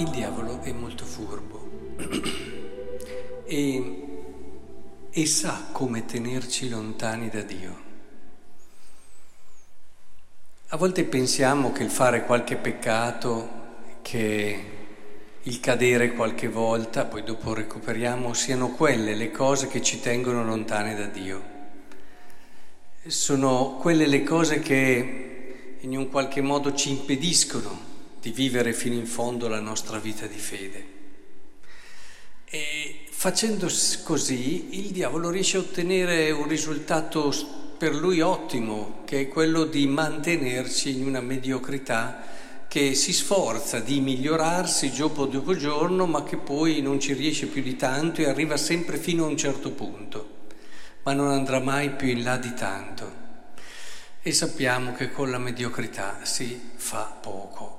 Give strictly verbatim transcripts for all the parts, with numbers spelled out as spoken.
il diavolo è molto furbo e, e sa come tenerci lontani da Dio. A volte pensiamo che il fare qualche peccato, che il cadere qualche volta, poi dopo recuperiamo, siano quelle le cose che ci tengono lontani da Dio. Sono quelle le cose che in un qualche modo ci impediscono di vivere fino in fondo la nostra vita di fede. E facendo così il diavolo riesce a ottenere un risultato per lui ottimo, che è quello di mantenerci in una mediocrità che si sforza di migliorarsi giorno dopo giorno, ma che poi non ci riesce più di tanto e arriva sempre fino a un certo punto, ma non andrà mai più in là di tanto. E sappiamo che con la mediocrità si fa poco.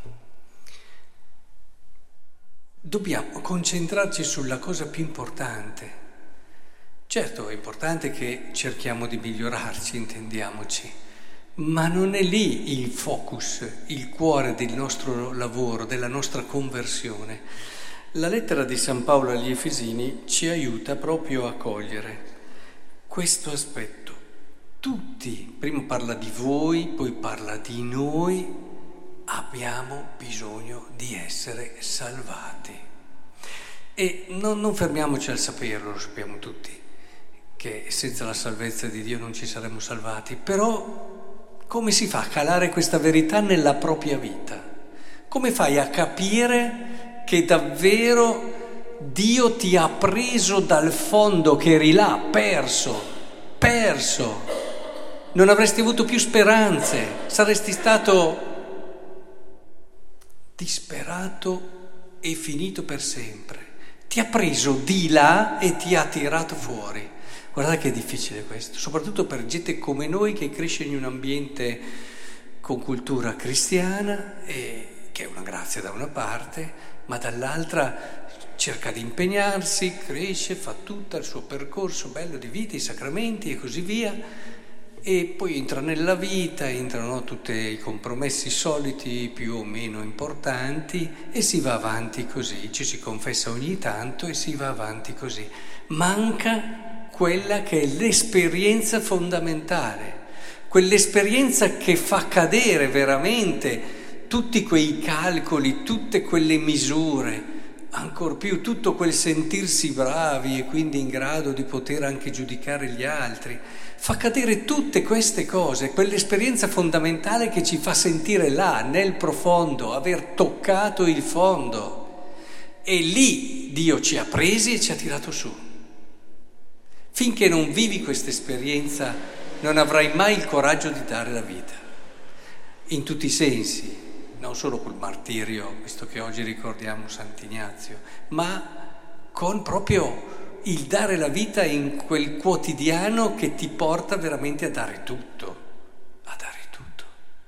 Dobbiamo concentrarci sulla cosa più importante. Certo, è importante che cerchiamo di migliorarci, intendiamoci, ma non è lì il focus, il cuore del nostro lavoro, della nostra conversione. La lettera di San Paolo agli Efesini ci aiuta proprio a cogliere questo aspetto. Tutti, prima parla di voi, poi parla di noi, abbiamo bisogno di essere salvati. E non, non fermiamoci al saperlo, lo sappiamo tutti, che senza la salvezza di Dio non ci saremmo salvati. Però come si fa a calare questa verità nella propria vita? Come fai a capire che davvero Dio ti ha preso dal fondo, che eri là, perso, perso, non avresti avuto più speranze, saresti stato disperato e finito per sempre. Ti ha preso di là e ti ha tirato fuori. Guardate che è difficile questo, soprattutto per gente come noi che cresce in un ambiente con cultura cristiana, e che è una grazia da una parte, ma dall'altra cerca di impegnarsi, cresce, fa tutto il suo percorso bello di vita, i sacramenti e così via, e poi entra nella vita, entrano tutti i compromessi soliti più o meno importanti e si va avanti così, ci si confessa ogni tanto e si va avanti così. Manca quella che è l'esperienza fondamentale, quell'esperienza che fa cadere veramente tutti quei calcoli, tutte quelle misure, ancor più tutto quel sentirsi bravi e quindi in grado di poter anche giudicare gli altri, fa cadere tutte queste cose, quell'esperienza fondamentale che ci fa sentire là, nel profondo, aver toccato il fondo. E lì Dio ci ha presi e ci ha tirato su. Finché non vivi questa esperienza non avrai mai il coraggio di dare la vita, in tutti i sensi. Non solo col martirio, visto che oggi ricordiamo Sant'Ignazio, ma con proprio il dare la vita in quel quotidiano che ti porta veramente a dare tutto, a dare tutto.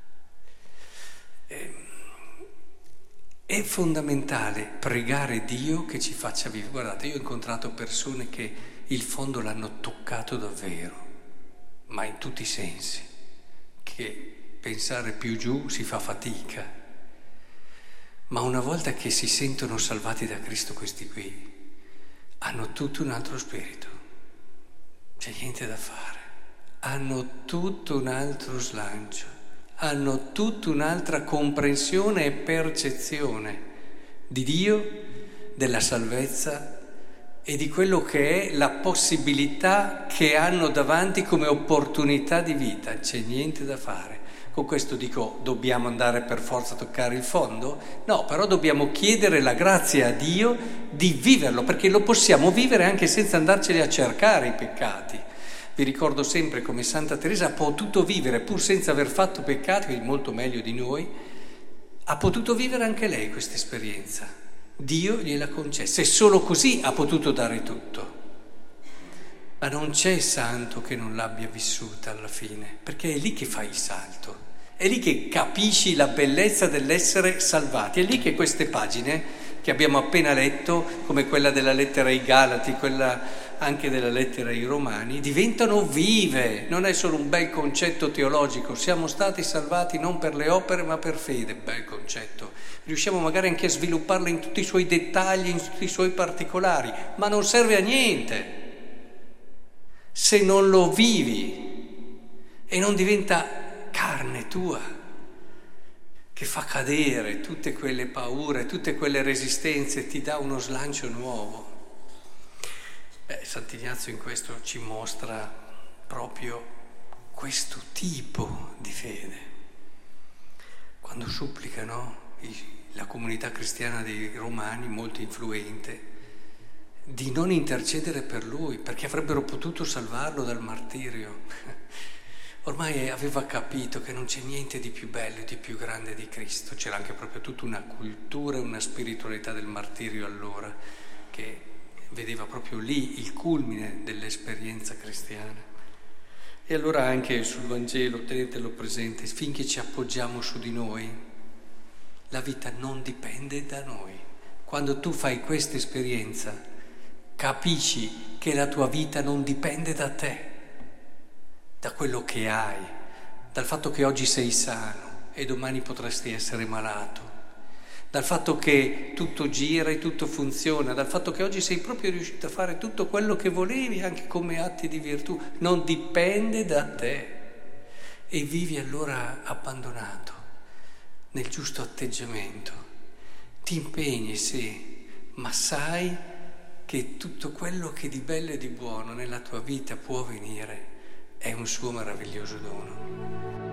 È fondamentale pregare Dio che ci faccia vivere. Guardate, io ho incontrato persone che il fondo l'hanno toccato davvero, ma in tutti i sensi, che pensare più giù si fa fatica. Ma una volta che si sentono salvati da Cristo, questi qui hanno tutto un altro spirito, c'è niente da fare, hanno tutto un altro slancio, hanno tutta un'altra comprensione e percezione di Dio, della salvezza e di quello che è la possibilità che hanno davanti come opportunità di vita. C'è niente da fare. Con questo dico, dobbiamo andare per forza a toccare il fondo? No, però dobbiamo chiedere la grazia a Dio di viverlo, perché lo possiamo vivere anche senza andarceli a cercare i peccati. Vi ricordo sempre come Santa Teresa ha potuto vivere, pur senza aver fatto peccati, quindi molto meglio di noi, ha potuto vivere anche lei questa esperienza. Dio gliela concesse e solo così ha potuto dare tutto. Ma non c'è santo che non l'abbia vissuta alla fine, perché è lì che fai il salto, è lì che capisci la bellezza dell'essere salvati, è lì che queste pagine che abbiamo appena letto, come quella della lettera ai Galati, quella anche della lettera ai Romani, diventano vive, non è solo un bel concetto teologico, siamo stati salvati non per le opere ma per fede, bel concetto, riusciamo magari anche a svilupparlo in tutti i suoi dettagli, in tutti i suoi particolari, ma non serve a niente se non lo vivi e non diventa carne tua, che fa cadere tutte quelle paure, tutte quelle resistenze, ti dà uno slancio nuovo. Beh, Sant'Ignazio in questo ci mostra proprio questo tipo di fede. Quando supplica, no? La comunità cristiana dei Romani, molto influente, di non intercedere per lui, perché avrebbero potuto salvarlo dal martirio. Ormai aveva capito che non c'è niente di più bello e di più grande di Cristo. C'era anche proprio tutta una cultura e una spiritualità del martirio allora, che vedeva proprio lì il culmine dell'esperienza cristiana. E allora anche sul Vangelo, tenetelo presente, finché ci appoggiamo su di noi, la vita non dipende da noi. Quando tu fai questa esperienza, capisci che la tua vita non dipende da te, da quello che hai, dal fatto che oggi sei sano e domani potresti essere malato, dal fatto che tutto gira e tutto funziona, dal fatto che oggi sei proprio riuscito a fare tutto quello che volevi, anche come atti di virtù, non dipende da te e vivi allora abbandonato, nel giusto atteggiamento. Ti impegni, sì, ma sai che tutto quello che di bello e di buono nella tua vita può venire è un suo meraviglioso dono.